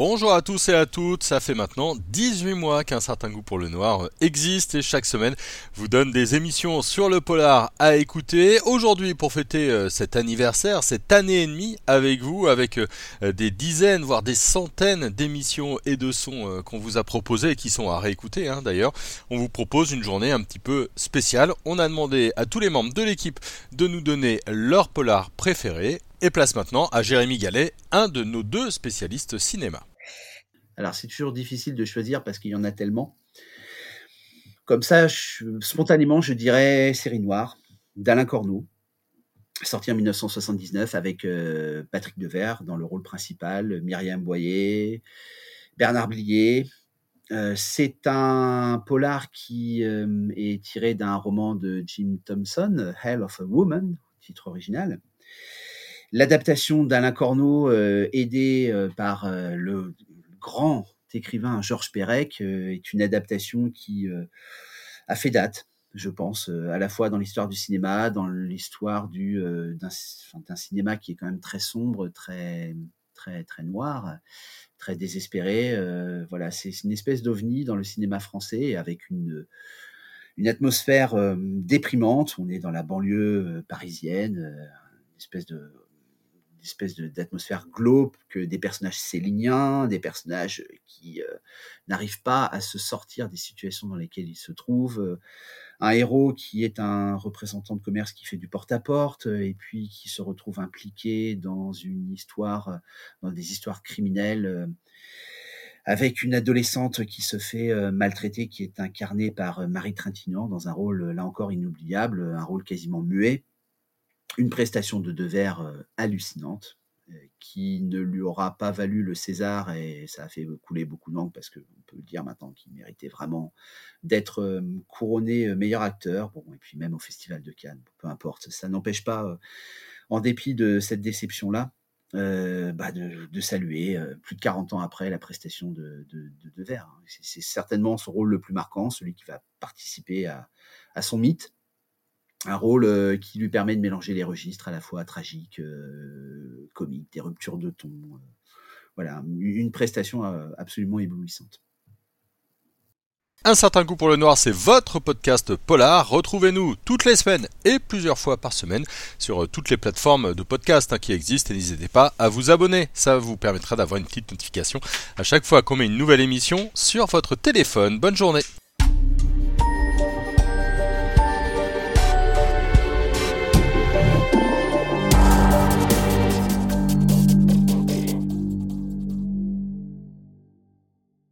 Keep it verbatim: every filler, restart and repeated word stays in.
Bonjour à tous et à toutes, ça fait maintenant dix-huit mois qu'un certain goût pour le noir existe et chaque semaine vous donne des émissions sur le polar à écouter. Aujourd'hui, pour fêter euh, cet anniversaire, cette année et demie avec vous, avec euh, des dizaines voire des centaines d'émissions et de sons euh, qu'on vous a proposés et qui sont à réécouter hein, d'ailleurs, on vous propose une journée un petit peu spéciale. On a demandé à tous les membres de l'équipe de nous donner leur polar préféré. Et place maintenant à Jérémy Gallet, un de nos deux spécialistes cinéma. Alors c'est toujours difficile de choisir parce qu'il y en a tellement. Comme ça, je, spontanément, je dirais Série Noire d'Alain Corneau, sorti en dix-neuf cent soixante-dix-neuf avec euh, Patrick Devers dans le rôle principal, Myriam Boyer, Bernard Blier. Euh, c'est un polar qui euh, est tiré d'un roman de Jim Thompson, Hell of a Woman, titre original. L'adaptation d'Alain Corneau, euh, aidé euh, par euh, le grand écrivain Georges Perec, euh, est une adaptation qui euh, a fait date, je pense, euh, à la fois dans l'histoire du cinéma, dans l'histoire du, euh, d'un, enfin, d'un cinéma qui est quand même très sombre, très, très, très noir, très désespéré. Euh, voilà, c'est une espèce d'ovni dans le cinéma français avec une, une atmosphère euh, déprimante. On est dans la banlieue euh, parisienne, euh, une espèce de espèce de, d'atmosphère glauque, que des personnages céliniens, des personnages qui euh, n'arrivent pas à se sortir des situations dans lesquelles ils se trouvent, euh, un héros qui est un représentant de commerce qui fait du porte-à-porte, euh, et puis qui se retrouve impliqué dans une histoire, euh, dans des histoires criminelles, euh, avec une adolescente qui se fait euh, maltraiter, qui est incarnée par euh, Marie Trintignant, dans un rôle, là encore, inoubliable, un rôle quasiment muet. Une prestation de Devers euh, hallucinante, euh, qui ne lui aura pas valu le César, et ça a fait couler beaucoup d'encre, parce qu'on peut le dire maintenant qu'il méritait vraiment d'être euh, couronné euh, meilleur acteur, bon, et puis même au Festival de Cannes, peu importe. Ça n'empêche pas, euh, en dépit de cette déception-là, euh, bah de, de saluer, euh, plus de quarante ans après, la prestation de, de, de Devers. C'est, c'est certainement son rôle le plus marquant, celui qui va participer à, à son mythe. Un rôle euh, qui lui permet de mélanger les registres à la fois tragiques, euh, comiques, des ruptures de ton. Euh, voilà, une prestation euh, absolument éblouissante. Un certain goût pour le noir, c'est votre podcast polar. Retrouvez-nous toutes les semaines et plusieurs fois par semaine sur toutes les plateformes de podcast hein, qui existent et n'hésitez pas à vous abonner. Ça vous permettra d'avoir une petite notification à chaque fois qu'on met une nouvelle émission sur votre téléphone. Bonne journée.